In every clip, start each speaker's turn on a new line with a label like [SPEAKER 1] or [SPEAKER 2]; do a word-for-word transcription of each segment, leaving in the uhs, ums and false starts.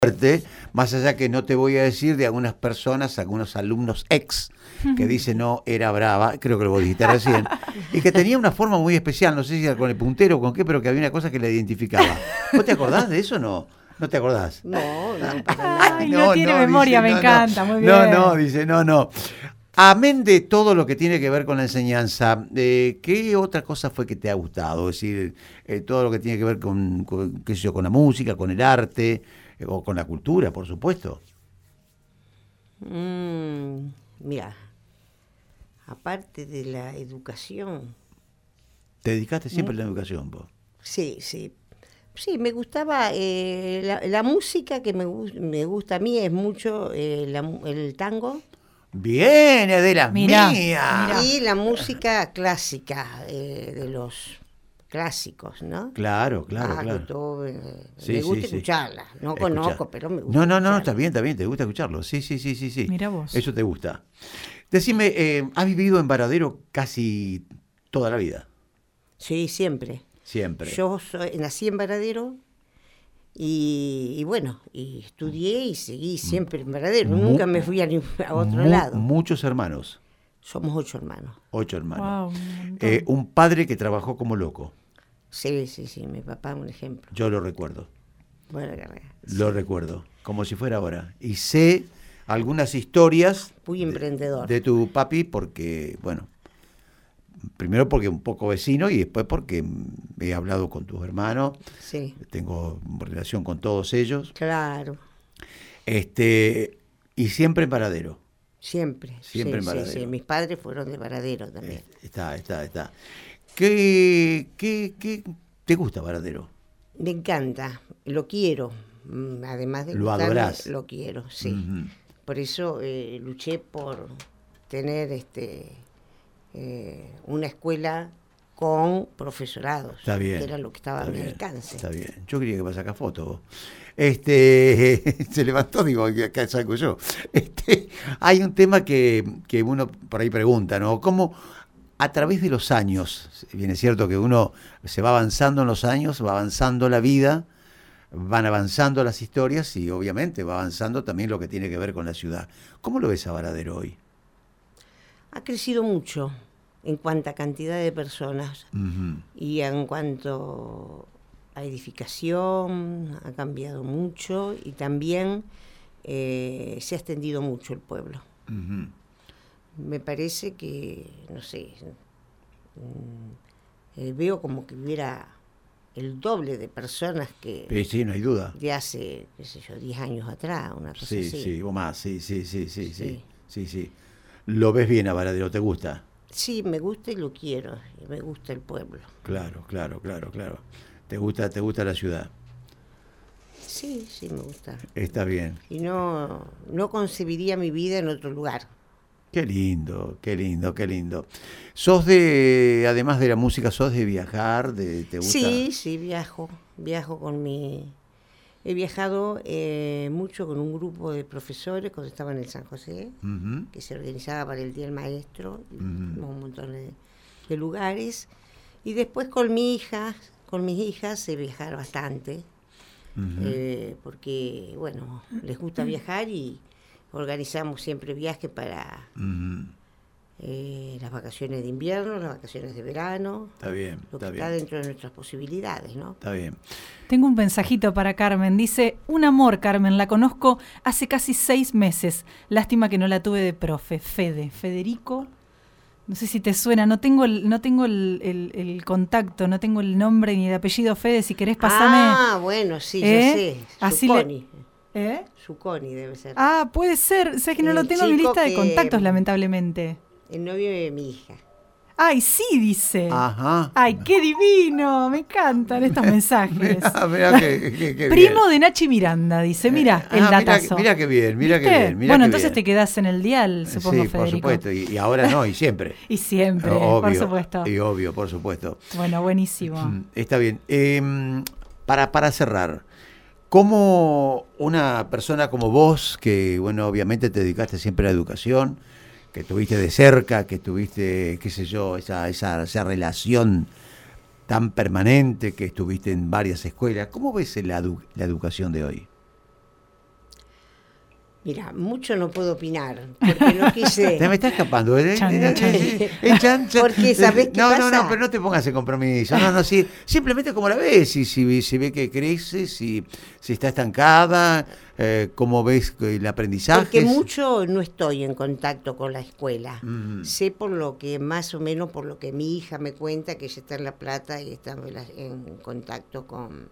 [SPEAKER 1] fuerte, más allá que no te voy a decir de algunas personas, algunos alumnos ex, que dicen no, era brava, creo que lo vos dijiste recién, y que tenía una forma muy especial, no sé si era con el puntero o con qué, pero que había una cosa que la identificaba. ¿Vos te acordás de eso o no? ¿No te acordás?
[SPEAKER 2] No, no, para
[SPEAKER 3] nada. Ay, no, no tiene no, memoria, dice, me no, encanta,
[SPEAKER 1] no,
[SPEAKER 3] muy bien.
[SPEAKER 1] No, no, dice, no, no. Amén de todo lo que tiene que ver con la enseñanza, eh, ¿qué otra cosa fue que te ha gustado? Es decir, eh, todo lo que tiene que ver con, con, qué sé yo, con la música, con el arte, eh, o con la cultura, por supuesto.
[SPEAKER 2] Mm, mira, aparte de la educación.
[SPEAKER 1] ¿Te dedicaste siempre mm. a la educación vos?
[SPEAKER 2] Sí, sí. Sí, me gustaba eh, la, la música que me, me gusta a mí es mucho eh, la, el tango.
[SPEAKER 1] Bien, es de las
[SPEAKER 3] mirá,
[SPEAKER 1] mías.
[SPEAKER 3] Mirá.
[SPEAKER 2] Y la música clásica, eh, de los clásicos, ¿no?
[SPEAKER 1] Claro, claro,
[SPEAKER 2] ah,
[SPEAKER 1] claro.
[SPEAKER 2] Todo, eh,
[SPEAKER 1] sí,
[SPEAKER 2] me gusta
[SPEAKER 1] sí,
[SPEAKER 2] escucharla.
[SPEAKER 1] Sí.
[SPEAKER 2] No
[SPEAKER 1] Escuchar.
[SPEAKER 2] conozco, pero me gusta.
[SPEAKER 1] No, no, no,
[SPEAKER 2] escucharla.
[SPEAKER 1] está bien, está bien, te gusta escucharlo. Sí, sí, sí, sí, sí.
[SPEAKER 3] Mira vos.
[SPEAKER 1] Eso te gusta. Decime, eh, ¿has vivido en Varadero casi toda la vida?
[SPEAKER 2] Sí, siempre.
[SPEAKER 1] Siempre.
[SPEAKER 2] Yo soy, nací en Varadero. Y, y bueno, y estudié y seguí siempre en Varadero. Mu- Nunca me fui a, a otro
[SPEAKER 1] mu-
[SPEAKER 2] lado.
[SPEAKER 1] Muchos hermanos.
[SPEAKER 2] Somos ocho hermanos.
[SPEAKER 1] Ocho hermanos.
[SPEAKER 3] Wow, un,
[SPEAKER 1] eh, un padre que trabajó como loco.
[SPEAKER 2] Sí, sí, sí, mi papá un ejemplo.
[SPEAKER 1] Yo lo recuerdo.
[SPEAKER 2] Buena carrera.
[SPEAKER 1] Lo sí. recuerdo, como si fuera ahora. Y sé algunas historias
[SPEAKER 2] muy
[SPEAKER 1] de,
[SPEAKER 2] emprendedor
[SPEAKER 1] de tu papi porque, bueno, primero porque un poco vecino y después porque he hablado con tus hermanos.
[SPEAKER 2] Sí.
[SPEAKER 1] Tengo relación con todos ellos.
[SPEAKER 2] Claro.
[SPEAKER 1] Este, y siempre en Varadero.
[SPEAKER 2] Siempre.
[SPEAKER 1] Siempre
[SPEAKER 2] sí,
[SPEAKER 1] en Varadero.
[SPEAKER 2] Sí, sí. Mis padres fueron de Varadero también.
[SPEAKER 1] Está, está, está. ¿Qué, qué, qué te gusta Varadero?
[SPEAKER 2] Me encanta, lo quiero. Además de
[SPEAKER 1] lo
[SPEAKER 2] gustarme,
[SPEAKER 1] adorás.
[SPEAKER 2] Lo quiero, sí.
[SPEAKER 1] Uh-huh.
[SPEAKER 2] Por eso eh, luché por tener este eh, una escuela con profesorados.
[SPEAKER 1] Está bien.
[SPEAKER 2] Que era lo que estaba a mi alcance.
[SPEAKER 1] Está bien. Yo quería que me saca foto. Este, se levantó, digo, acá salgo yo. Este, hay un tema que, que uno por ahí pregunta, ¿no? ¿Cómo a través de los años, bien es cierto que uno se va avanzando en los años, va avanzando la vida, van avanzando las historias y obviamente va avanzando también lo que tiene que ver con la ciudad. ¿Cómo lo ves a Varadero hoy?
[SPEAKER 2] Ha crecido mucho en cuanto a cantidad de personas uh-huh. y en cuanto a edificación, ha cambiado mucho y también eh, se ha extendido mucho el pueblo.
[SPEAKER 1] Uh-huh.
[SPEAKER 2] Me parece que, no sé, eh, veo como que hubiera el doble de personas que...
[SPEAKER 1] Sí, sí, no hay duda.
[SPEAKER 2] De hace, qué sé yo, diez años atrás, una cosa
[SPEAKER 1] sí,
[SPEAKER 2] así.
[SPEAKER 1] Sí, sí, o más, sí, sí, sí, sí, sí,
[SPEAKER 2] sí,
[SPEAKER 1] sí, sí. ¿Lo ves bien a Varadero? ¿Te gusta?
[SPEAKER 2] Sí, me gusta y lo quiero, y me gusta el pueblo.
[SPEAKER 1] Claro, claro, claro, claro. ¿Te gusta, te gusta la ciudad?
[SPEAKER 2] Sí, sí, me gusta.
[SPEAKER 1] Está bien.
[SPEAKER 2] Y no, no concebiría mi vida en otro lugar.
[SPEAKER 1] Qué lindo, qué lindo, qué lindo. ¿Sos de, además de la música, sos de viajar? De, ¿te gusta?
[SPEAKER 2] Sí, sí, viajo. Viajo con mi... He viajado eh, mucho con un grupo de profesores cuando estaba en el San José, uh-huh. que se organizaba para el Día del Maestro, uh-huh. un montón de, de lugares. Y después con mi hija, con mis hijas, he viajado bastante, uh-huh. eh, porque, bueno, les gusta viajar y organizamos siempre viajes para uh-huh. eh, las vacaciones de invierno, las vacaciones de verano.
[SPEAKER 1] Está bien,
[SPEAKER 2] lo
[SPEAKER 1] está
[SPEAKER 2] que
[SPEAKER 1] bien.
[SPEAKER 2] Está dentro de nuestras posibilidades, ¿no?
[SPEAKER 1] Está bien.
[SPEAKER 3] Tengo un mensajito para Carmen. Dice, un amor, Carmen, la conozco hace casi seis meses. Lástima que no la tuve de profe. Fede, Federico, no sé si te suena, no tengo el, no tengo el, el, el contacto, no tengo el nombre ni el apellido Fede, si querés pasarme.
[SPEAKER 2] Ah, bueno, sí,
[SPEAKER 3] ¿Eh?
[SPEAKER 2] ya sé.
[SPEAKER 3] Así
[SPEAKER 2] Suconi.
[SPEAKER 3] Le... ¿Eh?
[SPEAKER 2] Suconi debe ser.
[SPEAKER 3] Ah, puede ser, o sea que no
[SPEAKER 2] el
[SPEAKER 3] lo tengo en mi lista
[SPEAKER 2] que...
[SPEAKER 3] de contactos, lamentablemente.
[SPEAKER 2] El novio de mi hija.
[SPEAKER 3] Ay, sí, dice.
[SPEAKER 1] Ajá.
[SPEAKER 3] Ay, qué divino, me encantan estos mensajes.
[SPEAKER 1] mirá, mirá que, que, que
[SPEAKER 3] Primo
[SPEAKER 1] bien.
[SPEAKER 3] de Nachi Miranda, dice, mira, el
[SPEAKER 1] ah,
[SPEAKER 3] datazo.
[SPEAKER 1] Mira que bien, mira que bien. Mirá
[SPEAKER 3] bueno,
[SPEAKER 1] que
[SPEAKER 3] entonces
[SPEAKER 1] bien.
[SPEAKER 3] te quedás en el dial, supongo,
[SPEAKER 1] sí,
[SPEAKER 3] Federico.
[SPEAKER 1] por supuesto, y, y ahora no, y siempre.
[SPEAKER 3] y siempre,
[SPEAKER 1] obvio,
[SPEAKER 3] por supuesto.
[SPEAKER 1] Y obvio, por supuesto.
[SPEAKER 3] Bueno, buenísimo.
[SPEAKER 1] Está bien. Eh, para, para cerrar, ¿cómo una persona como vos, que bueno, obviamente te dedicaste siempre a la educación, que tuviste de cerca, que tuviste, qué sé yo, esa, esa, esa relación tan permanente, que estuviste en varias escuelas, ¿cómo ves la, la educación de hoy?
[SPEAKER 2] Mira, mucho no puedo opinar, porque no quise...
[SPEAKER 1] Te me está escapando. ¿eh?
[SPEAKER 3] Chan, chan.
[SPEAKER 1] Eh, chan, chan.
[SPEAKER 2] Porque, ¿sabés qué
[SPEAKER 1] no,
[SPEAKER 2] pasa?
[SPEAKER 1] No, no, pero no te pongas en compromiso. No, no, sí. Simplemente como la ves, si, si, si ve que crece, si, si está estancada, eh, cómo ves el aprendizaje.
[SPEAKER 2] Porque mucho no estoy en contacto con la escuela.
[SPEAKER 1] Mm.
[SPEAKER 2] Sé por lo que, más o menos por lo que mi hija me cuenta, que ella está en La Plata y está en, la- en contacto con,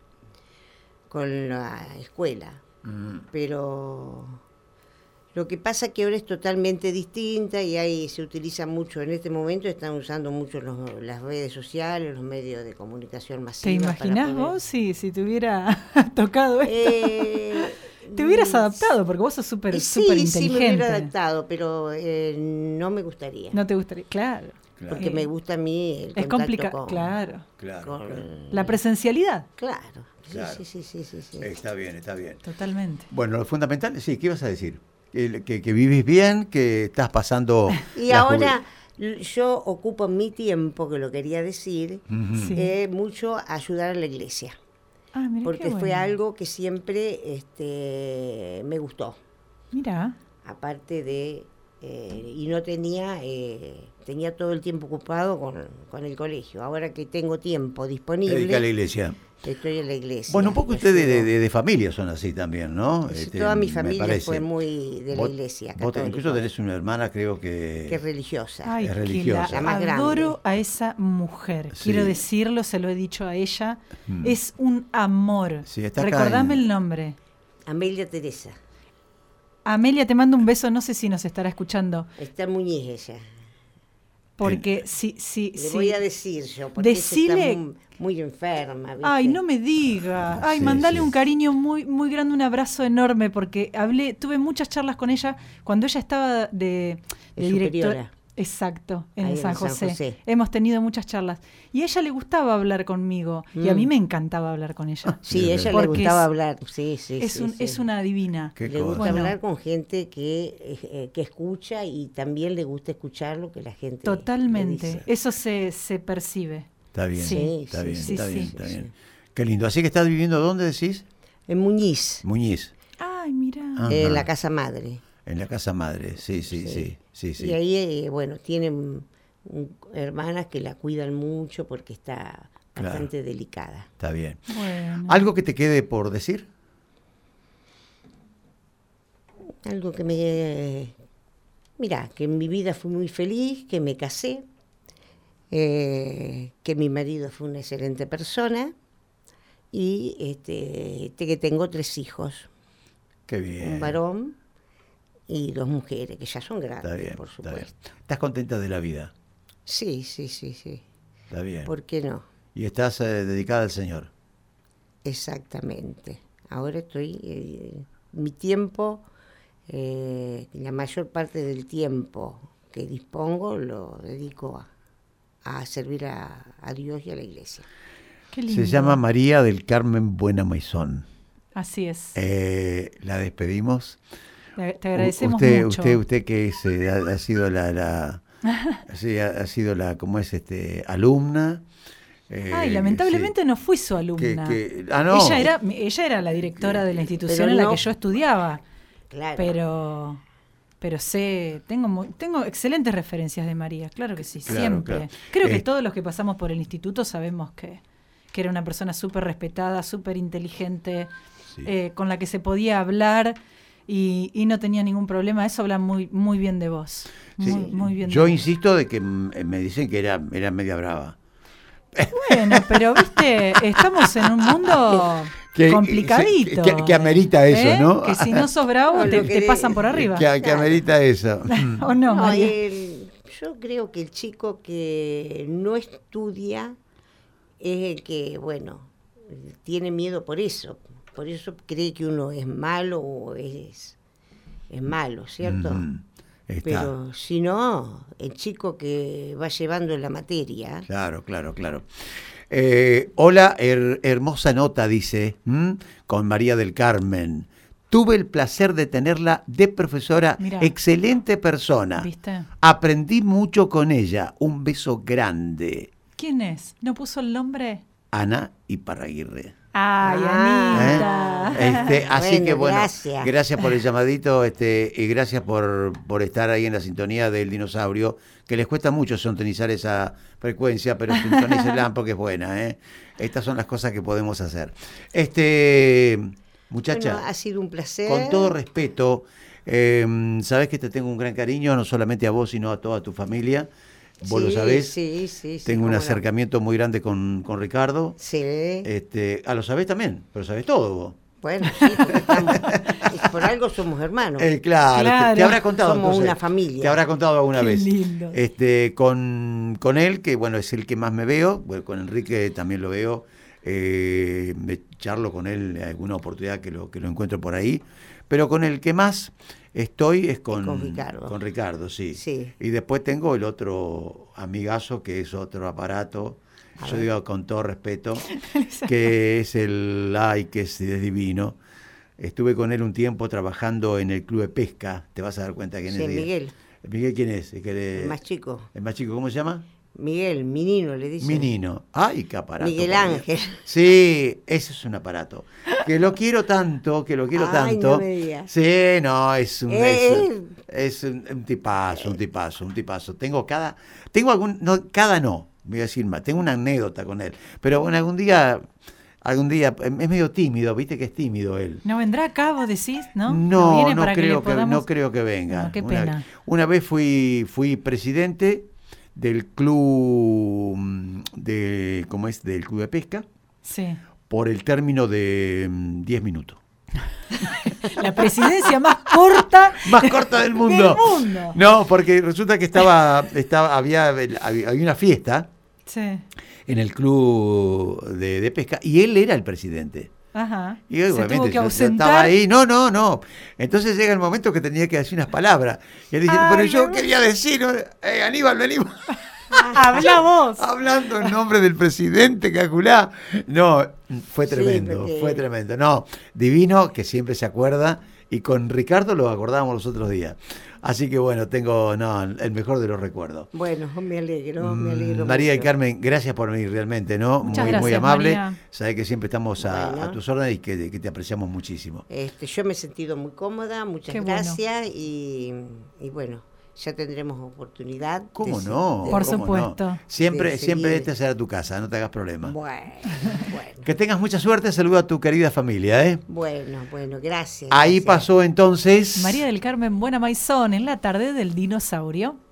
[SPEAKER 2] con la escuela.
[SPEAKER 1] Mm.
[SPEAKER 2] Pero lo que pasa es que ahora es totalmente distinta y ahí se utiliza mucho, en este momento están usando mucho los- las redes sociales, los medios de comunicación
[SPEAKER 3] ¿Te
[SPEAKER 2] masiva. para
[SPEAKER 3] imaginás
[SPEAKER 2] poder-
[SPEAKER 3] vos si, si te hubiera tocado esto?
[SPEAKER 2] Eh,
[SPEAKER 3] Te hubieras adaptado, porque vos sos súper
[SPEAKER 2] Eh,
[SPEAKER 3] súper
[SPEAKER 2] sí, sí, me hubiera
[SPEAKER 3] inteligente.
[SPEAKER 2] adaptado, pero eh, no me gustaría.
[SPEAKER 3] No te gustaría, claro.
[SPEAKER 1] Claro.
[SPEAKER 2] Porque
[SPEAKER 3] Eh,
[SPEAKER 2] me gusta a mí el
[SPEAKER 3] Es
[SPEAKER 2] contacto
[SPEAKER 3] complicado,
[SPEAKER 2] con...
[SPEAKER 3] claro.
[SPEAKER 1] Claro,
[SPEAKER 2] con-
[SPEAKER 1] claro.
[SPEAKER 3] La presencialidad,
[SPEAKER 2] Claro, sí,
[SPEAKER 1] Claro.
[SPEAKER 2] sí, sí, sí, sí, sí.
[SPEAKER 1] Está bien, está bien.
[SPEAKER 3] totalmente.
[SPEAKER 1] Bueno, lo fundamental, sí, ¿qué ibas a decir? El- Que, que vivís bien, que estás pasando...
[SPEAKER 2] Y
[SPEAKER 1] la
[SPEAKER 2] ahora l- yo ocupo mi tiempo, que lo quería decir,
[SPEAKER 1] juventud. Ujú.
[SPEAKER 3] Sí.
[SPEAKER 2] eh, mucho a ayudar a la iglesia.
[SPEAKER 3] Ah, mira
[SPEAKER 2] Porque
[SPEAKER 3] qué
[SPEAKER 2] fue
[SPEAKER 3] bueno.
[SPEAKER 2] algo que siempre este, me gustó.
[SPEAKER 3] Mira,
[SPEAKER 2] Aparte de... eh, y no tenía... eh, tenía todo el tiempo ocupado con, con el colegio. Ahora que tengo tiempo disponible...
[SPEAKER 1] Dedica a la iglesia.
[SPEAKER 2] Estoy en la iglesia.
[SPEAKER 1] Bueno, un poco
[SPEAKER 2] y
[SPEAKER 1] ustedes de,
[SPEAKER 2] ayudo.
[SPEAKER 1] de, de familia son así también, ¿no?
[SPEAKER 2] Sí,
[SPEAKER 1] Este,
[SPEAKER 2] toda mi
[SPEAKER 1] me
[SPEAKER 2] familia
[SPEAKER 1] parece.
[SPEAKER 2] fue muy de la
[SPEAKER 1] Vos-
[SPEAKER 2] iglesia
[SPEAKER 1] Vos te-
[SPEAKER 2] católica.
[SPEAKER 1] incluso tenés una hermana, creo que...
[SPEAKER 2] Que es religiosa.
[SPEAKER 3] ay,
[SPEAKER 1] Es
[SPEAKER 3] que
[SPEAKER 1] religiosa.
[SPEAKER 3] la
[SPEAKER 2] La más
[SPEAKER 3] adoro
[SPEAKER 2] grande.
[SPEAKER 3] a esa mujer.
[SPEAKER 1] Sí.
[SPEAKER 3] Quiero decirlo, se lo he dicho a ella.
[SPEAKER 1] Mm.
[SPEAKER 3] Es un amor.
[SPEAKER 1] Sí, está acá
[SPEAKER 3] Recordame
[SPEAKER 1] en-
[SPEAKER 3] el nombre.
[SPEAKER 2] Amelia Teresa.
[SPEAKER 3] Amelia, te mando un beso, no sé si nos estará escuchando.
[SPEAKER 2] Está en Muñiz ella.
[SPEAKER 3] Porque si, si,
[SPEAKER 2] Le
[SPEAKER 3] si-
[SPEAKER 2] voy a decir yo, porque ella
[SPEAKER 3] Decile-
[SPEAKER 2] está muy, muy enferma. ¿viste?
[SPEAKER 3] Ay, no me diga. Ay,
[SPEAKER 1] Sí,
[SPEAKER 3] mandale
[SPEAKER 1] sí.
[SPEAKER 3] un cariño muy, muy grande, un abrazo enorme, porque hablé, tuve muchas charlas con ella cuando ella estaba de, de
[SPEAKER 2] De
[SPEAKER 3] directora.
[SPEAKER 2] superiora.
[SPEAKER 3] Exacto, en
[SPEAKER 2] Ahí
[SPEAKER 3] el
[SPEAKER 2] en
[SPEAKER 3] San
[SPEAKER 2] el San
[SPEAKER 3] José.
[SPEAKER 2] José.
[SPEAKER 3] Hemos tenido muchas charlas. Y a ella le gustaba hablar conmigo. Y a
[SPEAKER 2] Mm.
[SPEAKER 3] mí me encantaba hablar con ella.
[SPEAKER 2] Sí,
[SPEAKER 1] Bien,
[SPEAKER 2] a ella
[SPEAKER 1] bien.
[SPEAKER 2] le
[SPEAKER 3] Porque
[SPEAKER 2] gustaba
[SPEAKER 3] es-
[SPEAKER 2] hablar. Sí, sí,
[SPEAKER 3] es,
[SPEAKER 2] sí,
[SPEAKER 3] un,
[SPEAKER 2] sí.
[SPEAKER 3] es una divina.
[SPEAKER 1] Qué
[SPEAKER 2] Le
[SPEAKER 1] cosa.
[SPEAKER 2] gusta
[SPEAKER 3] Bueno.
[SPEAKER 2] hablar con gente que, eh, que escucha y también le gusta escuchar lo que la gente le
[SPEAKER 3] Totalmente.
[SPEAKER 2] dice.
[SPEAKER 3] Eso se, se percibe.
[SPEAKER 1] Está bien,
[SPEAKER 3] Sí,
[SPEAKER 1] está
[SPEAKER 2] sí,
[SPEAKER 1] bien,
[SPEAKER 3] sí,
[SPEAKER 1] está
[SPEAKER 3] sí,
[SPEAKER 1] bien,
[SPEAKER 3] sí,
[SPEAKER 1] está
[SPEAKER 2] sí.
[SPEAKER 1] bien. Qué lindo. Así que estás viviendo, ¿dónde decís?
[SPEAKER 2] En Muñiz,
[SPEAKER 1] Muñiz.
[SPEAKER 3] Ay, mira.
[SPEAKER 1] Ah.
[SPEAKER 2] en
[SPEAKER 1] Ajá.
[SPEAKER 2] la casa madre.
[SPEAKER 1] En la casa madre, sí, sí, sí, sí, sí.
[SPEAKER 2] Y ahí, eh, bueno, tienen mm, hermanas que la cuidan mucho porque está
[SPEAKER 1] Claro.
[SPEAKER 2] bastante delicada.
[SPEAKER 1] Está bien.
[SPEAKER 3] Bueno.
[SPEAKER 1] ¿Algo que te quede por decir?
[SPEAKER 2] Algo que me... Mirá, que en mi vida fui muy feliz, que me casé, eh, que mi marido fue una excelente persona y este, este, que tengo tres hijos,
[SPEAKER 1] Qué bien.
[SPEAKER 2] un varón y dos mujeres, que ya son grandes,
[SPEAKER 1] Está bien,
[SPEAKER 2] por
[SPEAKER 1] está bien.
[SPEAKER 2] supuesto.
[SPEAKER 1] ¿Estás contenta de la vida?
[SPEAKER 2] Sí, sí, sí, sí.
[SPEAKER 1] Está bien.
[SPEAKER 2] ¿Por qué no?
[SPEAKER 1] Y estás eh, dedicada al Señor.
[SPEAKER 2] Exactamente. Ahora estoy, eh, mi tiempo, eh, la mayor parte del tiempo que dispongo lo dedico a, a servir a, a Dios y a la iglesia.
[SPEAKER 3] Qué lindo.
[SPEAKER 1] Se llama María del Carmen Buenamaizón.
[SPEAKER 3] Así es.
[SPEAKER 1] Eh, la despedimos.
[SPEAKER 3] Te, te agradecemos
[SPEAKER 1] usted,
[SPEAKER 3] mucho.
[SPEAKER 1] Usted, usted que es, eh, ha, ha sido la, la sí, ha, ha sido la, ¿cómo es este? Alumna. Eh,
[SPEAKER 3] Ay, lamentablemente
[SPEAKER 1] sí.
[SPEAKER 3] no fui su
[SPEAKER 1] Que-
[SPEAKER 3] alumna.
[SPEAKER 1] que- ah, no.
[SPEAKER 3] Ella era, ella era la directora de la institución
[SPEAKER 2] Pero
[SPEAKER 3] en la
[SPEAKER 2] no-
[SPEAKER 3] que yo estudiaba,
[SPEAKER 2] Claro.
[SPEAKER 3] pero pero sé, tengo mu- tengo excelentes referencias de María, claro que sí,
[SPEAKER 1] Claro,
[SPEAKER 3] siempre.
[SPEAKER 1] claro.
[SPEAKER 3] Creo que
[SPEAKER 1] Eh,
[SPEAKER 3] todos los que pasamos por el instituto sabemos que, que era una persona súper respetada, súper inteligente,
[SPEAKER 1] Sí.
[SPEAKER 3] eh, con la que se podía hablar y, y no tenía ningún problema. Eso habla muy muy bien de vos.
[SPEAKER 1] Sí.
[SPEAKER 3] Muy, muy bien de
[SPEAKER 1] Yo
[SPEAKER 3] vos.
[SPEAKER 1] insisto de que mm, me dicen que era, era media brava.
[SPEAKER 3] Bueno, pero viste, estamos en un mundo
[SPEAKER 1] Que-
[SPEAKER 3] complicadito.
[SPEAKER 1] que- que amerita eso,
[SPEAKER 3] ¿eh?
[SPEAKER 1] ¿no?
[SPEAKER 3] Que si no sos bravo,
[SPEAKER 2] No,
[SPEAKER 3] te,
[SPEAKER 2] lo que
[SPEAKER 3] te
[SPEAKER 2] de-
[SPEAKER 3] pasan por arriba.
[SPEAKER 1] Que, que
[SPEAKER 2] Claro.
[SPEAKER 1] amerita eso. Mm.
[SPEAKER 3] ¿O no,
[SPEAKER 2] No,
[SPEAKER 3] María?
[SPEAKER 2] el- yo creo que el chico que no estudia es el que, bueno, tiene miedo por eso. Por eso cree que uno es malo o es, es malo, ¿cierto?
[SPEAKER 1] Ujú. Está.
[SPEAKER 2] Pero si no, el chico que va llevando la materia,
[SPEAKER 1] Claro, claro, claro. Eh, hola, her- hermosa nota, dice, ¿m? Con María del Carmen. Tuve el placer de tenerla de profesora,
[SPEAKER 3] Mirá.
[SPEAKER 1] excelente persona.
[SPEAKER 3] ¿Viste?
[SPEAKER 1] Aprendí mucho con ella. Un beso grande.
[SPEAKER 3] ¿Quién es? ¿No puso el nombre?
[SPEAKER 1] Ana Iparraguirre.
[SPEAKER 3] Ay,
[SPEAKER 2] Ah.
[SPEAKER 3] Anita.
[SPEAKER 1] ¿Eh? Este, así
[SPEAKER 2] Bueno,
[SPEAKER 1] que bueno,
[SPEAKER 2] gracias.
[SPEAKER 1] gracias por el llamadito, este, y gracias por, por estar ahí en la sintonía del dinosaurio, que les cuesta mucho sintonizar esa frecuencia, pero sintonícenla porque es buena, ¿eh? Estas son las cosas que podemos hacer. Este, muchacha,
[SPEAKER 2] Bueno, ha sido un placer.
[SPEAKER 1] con todo respeto, eh, sabes que te tengo un gran cariño, no solamente a vos, sino a toda tu familia. Vos
[SPEAKER 2] Sí,
[SPEAKER 1] lo sabés.
[SPEAKER 2] Sí, sí, sí.
[SPEAKER 1] Tengo un
[SPEAKER 2] cómo no.
[SPEAKER 1] acercamiento muy grande con, con Ricardo.
[SPEAKER 2] Sí.
[SPEAKER 1] Este, ah, lo sabés también, pero sabés todo vos.
[SPEAKER 2] Bueno, sí, porque estamos, y por algo somos hermanos.
[SPEAKER 1] Eh, claro,
[SPEAKER 3] Claro.
[SPEAKER 1] Te, te habrá contado.
[SPEAKER 2] Somos
[SPEAKER 1] entonces,
[SPEAKER 2] una familia.
[SPEAKER 1] Te habrá contado alguna
[SPEAKER 3] Qué
[SPEAKER 1] vez.
[SPEAKER 3] lindo.
[SPEAKER 1] Este, con, con él, que bueno, es el que más me veo. Bueno, con Enrique también lo veo. Eh, me charlo con él en alguna oportunidad que lo, que lo encuentro por ahí. Pero con el que más estoy es con,
[SPEAKER 2] con Ricardo.
[SPEAKER 1] Con Ricardo, sí.
[SPEAKER 2] Sí.
[SPEAKER 1] Y después tengo el otro amigazo que es otro aparato.
[SPEAKER 2] A
[SPEAKER 1] Yo
[SPEAKER 2] ver.
[SPEAKER 1] digo con todo respeto, que es el ay, que es, es divino. Estuve con él un tiempo trabajando en el club de pesca. Te vas a dar cuenta quién
[SPEAKER 2] Sí,
[SPEAKER 1] es.
[SPEAKER 2] Miguel,
[SPEAKER 1] Miguel, ¿quién es? El, que le-
[SPEAKER 2] el más chico.
[SPEAKER 1] el más chico, ¿cómo se llama?
[SPEAKER 2] Miguel, Minino le dice.
[SPEAKER 1] Minino. Ay, qué aparato.
[SPEAKER 2] Miguel
[SPEAKER 1] por Dios.
[SPEAKER 2] Ángel.
[SPEAKER 1] Sí, ese es un aparato. Que lo quiero tanto, que lo quiero
[SPEAKER 2] Ay,
[SPEAKER 1] tanto.
[SPEAKER 2] no me digas.
[SPEAKER 1] Sí, no, es un,
[SPEAKER 2] Eh,
[SPEAKER 1] es, es un, un tipazo, un tipazo, un tipazo. Tengo cada, tengo algún, no, cada no, voy a decir más, tengo una anécdota con él. Pero bueno, algún día, algún día, es medio tímido, viste que es tímido él.
[SPEAKER 3] ¿No vendrá acá, vos decís? No,
[SPEAKER 1] No,
[SPEAKER 3] viene
[SPEAKER 1] no,
[SPEAKER 3] para que le
[SPEAKER 1] creo que,
[SPEAKER 3] podamos-
[SPEAKER 1] no creo que venga.
[SPEAKER 3] No, qué
[SPEAKER 1] una,
[SPEAKER 3] pena.
[SPEAKER 1] una vez fui, fui presidente del club mm, de, ¿cómo es? Del club de pesca
[SPEAKER 3] Sí.
[SPEAKER 1] por el término de mm, diez minutos.
[SPEAKER 3] La presidencia más corta
[SPEAKER 1] Más corta del mundo.
[SPEAKER 3] del mundo.
[SPEAKER 1] No, porque resulta que estaba, estaba había, había había una fiesta
[SPEAKER 3] Sí.
[SPEAKER 1] en el club de, de pesca y él era el presidente.
[SPEAKER 3] Ajá.
[SPEAKER 1] Y
[SPEAKER 3] Se
[SPEAKER 1] obviamente
[SPEAKER 3] tuvo que
[SPEAKER 1] yo- yo
[SPEAKER 3] ausentar.
[SPEAKER 1] estaba ahí, no, no, no. Entonces llega el momento que tenía que decir unas palabras. Y él dice,
[SPEAKER 3] Ay,
[SPEAKER 1] pero yo
[SPEAKER 3] no.
[SPEAKER 1] quería decir, eh, Aníbal, venimos.
[SPEAKER 3] Habla vos.
[SPEAKER 1] Hablando en nombre del presidente, calculá. No, fue
[SPEAKER 2] Sí,
[SPEAKER 1] tremendo,
[SPEAKER 2] porque-
[SPEAKER 1] fue tremendo. No, divino, que siempre se acuerda. Y con Ricardo lo acordábamos los otros días. Así que bueno, tengo no, el mejor de los recuerdos.
[SPEAKER 2] Bueno, me alegro, me alegro.
[SPEAKER 1] Mm, María y
[SPEAKER 2] mucho.
[SPEAKER 1] Carmen, gracias por venir realmente, ¿no?
[SPEAKER 3] Muchas
[SPEAKER 1] muy, muy
[SPEAKER 3] gracias,
[SPEAKER 1] amable.
[SPEAKER 3] María.
[SPEAKER 1] Sabés que siempre estamos a,
[SPEAKER 2] Bueno.
[SPEAKER 1] a tus órdenes y que, que te apreciamos muchísimo.
[SPEAKER 2] Este, yo me he sentido muy cómoda, muchas
[SPEAKER 3] Qué bueno.
[SPEAKER 2] gracias y, y bueno, ya tendremos oportunidad.
[SPEAKER 1] ¿Cómo
[SPEAKER 2] de-
[SPEAKER 1] no?
[SPEAKER 2] de-
[SPEAKER 3] Por
[SPEAKER 1] ¿Cómo
[SPEAKER 3] supuesto.
[SPEAKER 1] no? Siempre,
[SPEAKER 2] De
[SPEAKER 1] siempre
[SPEAKER 2] seguir.
[SPEAKER 1] esta será tu casa, no te hagas problema.
[SPEAKER 2] Bueno, bueno,
[SPEAKER 1] Que tengas mucha suerte, saludo a tu querida familia, ¿eh?
[SPEAKER 2] bueno, bueno, gracias.
[SPEAKER 1] Ahí
[SPEAKER 2] gracias.
[SPEAKER 1] pasó entonces.
[SPEAKER 3] María del Carmen Buena Maizón en la tarde del dinosaurio.